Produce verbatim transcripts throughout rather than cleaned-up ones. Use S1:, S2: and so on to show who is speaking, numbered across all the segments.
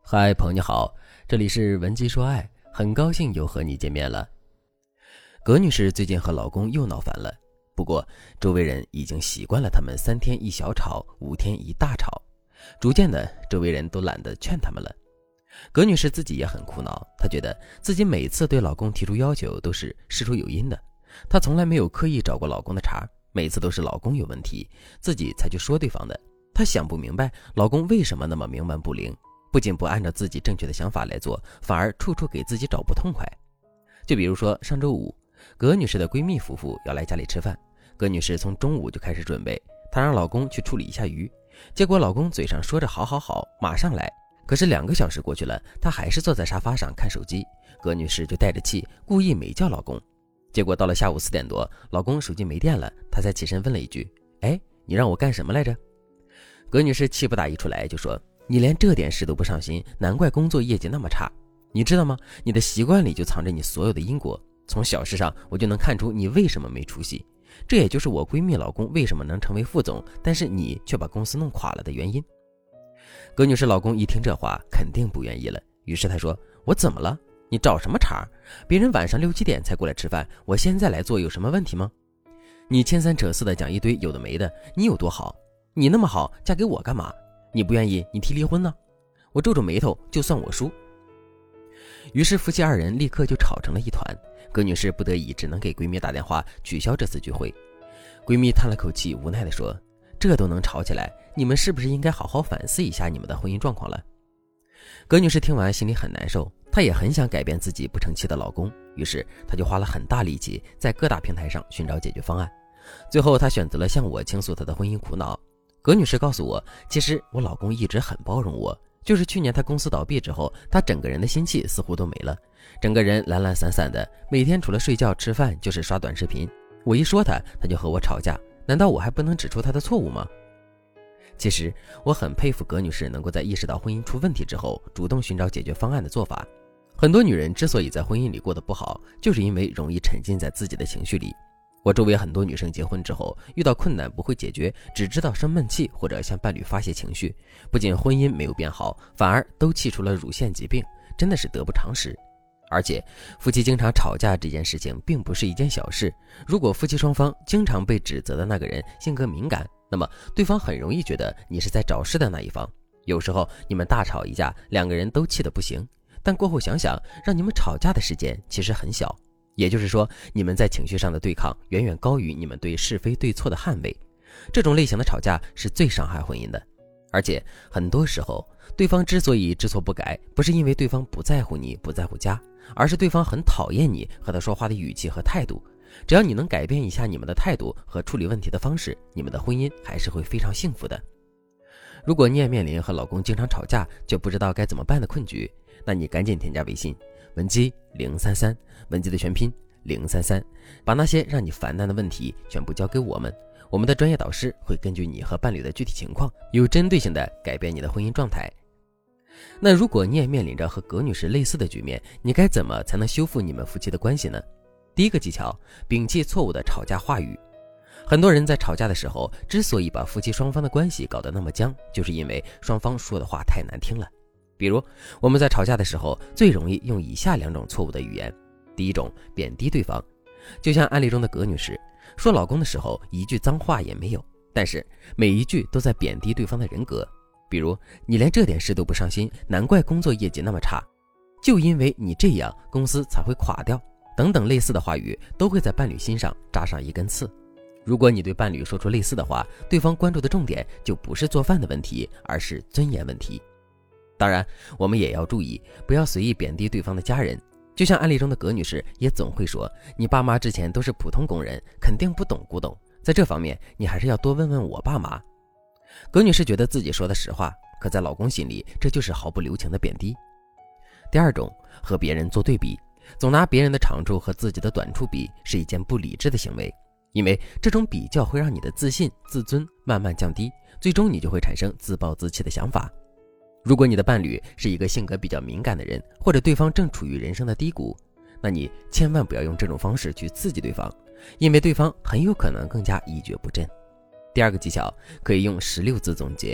S1: 嗨，朋友你好，这里是文姬说爱，很高兴又和你见面了。葛女士最近和老公又闹翻了，不过周围人已经习惯了他们三天一小吵，五天一大吵，逐渐的周围人都懒得劝他们了。葛女士自己也很苦恼，她觉得自己每次对老公提出要求都是事出有因的，她从来没有刻意找过老公的茬，每次都是老公有问题，自己才去说对方的。她想不明白老公为什么那么冥顽不灵，不仅不按照自己正确的想法来做，反而处处给自己找不痛快。就比如说上周五，葛女士的闺蜜夫妇要来家里吃饭，葛女士从中午就开始准备，她让老公去处理一下鱼，结果老公嘴上说着好好好，马上来，可是两个小时过去了，她还是坐在沙发上看手机，葛女士就带着气故意没叫老公。结果到了下午四点多，老公手机没电了，她才起身问了一句：哎，你让我干什么来着？葛女士气不打一处来，就说：你连这点事都不上心，难怪工作业绩那么差。你知道吗？你的习惯里就藏着你所有的因果，从小事上我就能看出你为什么没出息，这也就是我闺蜜老公为什么能成为副总，但是你却把公司弄垮了的原因。葛女士老公一听这话肯定不愿意了，于是他说：我怎么了？你找什么茬？别人晚上六七点才过来吃饭，我现在来做有什么问题吗？你牵三扯四的讲一堆有的没的，你有多好？你那么好，嫁给我干嘛？你不愿意，你提离婚呢？我皱皱眉头，就算我输。于是夫妻二人立刻就吵成了一团，葛女士不得已只能给闺蜜打电话取消这次聚会。闺蜜叹了口气，无奈地说：这都能吵起来，你们是不是应该好好反思一下你们的婚姻状况了？葛女士听完心里很难受，她也很想改变自己不成器的老公，于是她就花了很大力气在各大平台上寻找解决方案。最后她选择了向我倾诉她的婚姻苦恼。葛女士告诉我，其实我老公一直很包容我，就是去年他公司倒闭之后，他整个人的心气似乎都没了，整个人懒懒散散的，每天除了睡觉吃饭就是刷短视频，我一说他他就和我吵架，难道我还不能指出他的错误吗？其实我很佩服葛女士能够在意识到婚姻出问题之后主动寻找解决方案的做法。很多女人之所以在婚姻里过得不好，就是因为容易沉浸在自己的情绪里。我周围很多女生结婚之后遇到困难不会解决，只知道生闷气或者向伴侣发泄情绪，不仅婚姻没有变好，反而都气出了乳腺疾病，真的是得不偿失。而且夫妻经常吵架这件事情并不是一件小事，如果夫妻双方经常被指责的那个人性格敏感，那么对方很容易觉得你是在找事的那一方，有时候你们大吵一架，两个人都气得不行，但过后想想，让你们吵架的时间其实很小，也就是说，你们在情绪上的对抗远远高于你们对是非对错的捍卫。这种类型的吵架是最伤害婚姻的。而且很多时候，对方之所以知错不改，不是因为对方不在乎你，不在乎家，而是对方很讨厌你和他说话的语气和态度。只要你能改变一下你们的态度和处理问题的方式，你们的婚姻还是会非常幸福的。如果你也面临和老公经常吵架就不知道该怎么办的困局，那你赶紧添加微信文姬零三三，文姬的全拼零三三，把那些让你烦难的问题全部交给我们，我们的专业导师会根据你和伴侣的具体情况，有针对性的改变你的婚姻状态。那如果你也面临着和葛女士类似的局面，你该怎么才能修复你们夫妻的关系呢？第一个技巧，摒弃错误的吵架话语。很多人在吵架的时候，之所以把夫妻双方的关系搞得那么僵，就是因为双方说的话太难听了。比如我们在吵架的时候最容易用以下两种错误的语言。第一种，贬低对方，就像案例中的葛女士说老公的时候一句脏话也没有，但是每一句都在贬低对方的人格。比如你连这点事都不上心，难怪工作业绩那么差，就因为你这样公司才会垮掉，等等类似的话语都会在伴侣心上扎上一根刺。如果你对伴侣说出类似的话，对方关注的重点就不是做饭的问题，而是尊严问题。当然我们也要注意，不要随意贬低对方的家人，就像案例中的葛女士也总会说，你爸妈之前都是普通工人，肯定不懂古董，在这方面你还是要多问问我爸妈。葛女士觉得自己说的实话，可在老公心里这就是毫不留情的贬低。第二种，和别人做对比，总拿别人的长处和自己的短处比，是一件不理智的行为，因为这种比较会让你的自信自尊慢慢降低，最终你就会产生自暴自弃的想法。如果你的伴侣是一个性格比较敏感的人，或者对方正处于人生的低谷，那你千万不要用这种方式去刺激对方，因为对方很有可能更加一蹶不振。第二个技巧可以用十六字总结：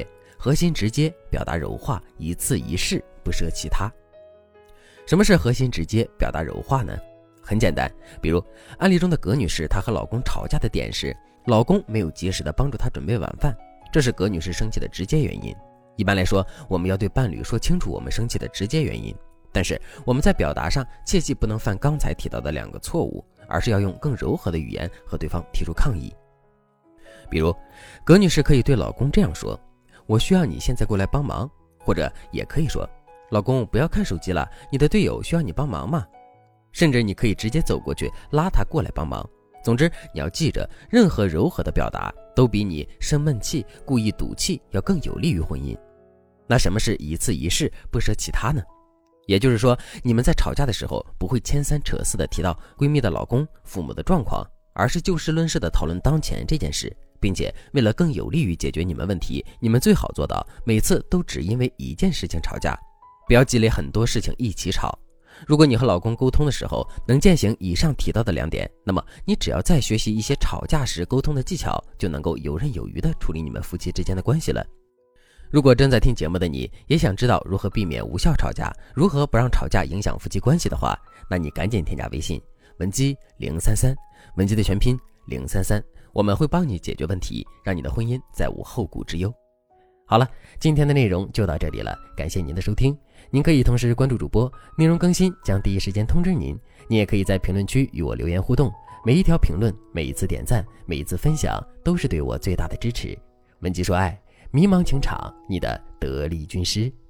S1: 核心直接，表达柔化，一次一事，不涉其他。什么是核心直接，表达柔化呢？很简单，比如案例中的葛女士，她和老公吵架的点是老公没有及时的帮助她准备晚饭，这是葛女士生气的直接原因。一般来说，我们要对伴侣说清楚我们生气的直接原因，但是我们在表达上切记不能犯刚才提到的两个错误，而是要用更柔和的语言和对方提出抗议。比如葛女士可以对老公这样说，我需要你现在过来帮忙，或者也可以说，老公不要看手机了，你的队友需要你帮忙吗？甚至你可以直接走过去拉他过来帮忙。总之你要记着，任何柔和的表达都比你生闷气故意赌气要更有利于婚姻。那什么是一次一事，不涉其他呢？也就是说，你们在吵架的时候不会牵三扯四的提到闺蜜的老公、父母的状况，而是就事论事的讨论当前这件事，并且为了更有利于解决你们问题，你们最好做到每次都只因为一件事情吵架，不要积累很多事情一起吵。如果你和老公沟通的时候能践行以上提到的两点，那么你只要再学习一些吵架时沟通的技巧，就能够游刃有余地处理你们夫妻之间的关系了。如果正在听节目的你也想知道如何避免无效吵架，如何不让吵架影响夫妻关系的话，那你赶紧添加微信文姬零三三，文姬的全拼零三三，我们会帮你解决问题，让你的婚姻再无后顾之忧。好了，今天的内容就到这里了，感谢您的收听。您可以同时关注主播，内容更新将第一时间通知您。您也可以在评论区与我留言互动，每一条评论，每一次点赞，每一次分享，都是对我最大的支持。文姬说爱，迷茫情场，你的得力军师。